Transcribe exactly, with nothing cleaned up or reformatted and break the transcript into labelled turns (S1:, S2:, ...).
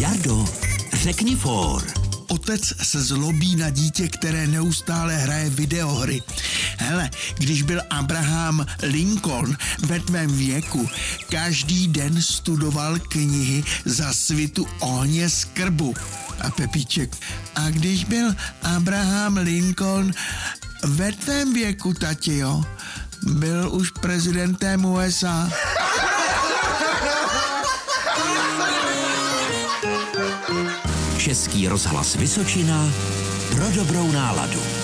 S1: Jardo, řekni for.
S2: Otec se zlobí na dítě, které neustále hraje videohry. Hele, když byl Abraham Lincoln ve tvém věku, každý den studoval knihy za svitu ohně z krbu. A Pepíček, a když byl Abraham Lincoln ve tvém věku, tati, jo, byl už prezidentem U S A.
S1: Český rozhlas Vysočina pro dobrou náladu.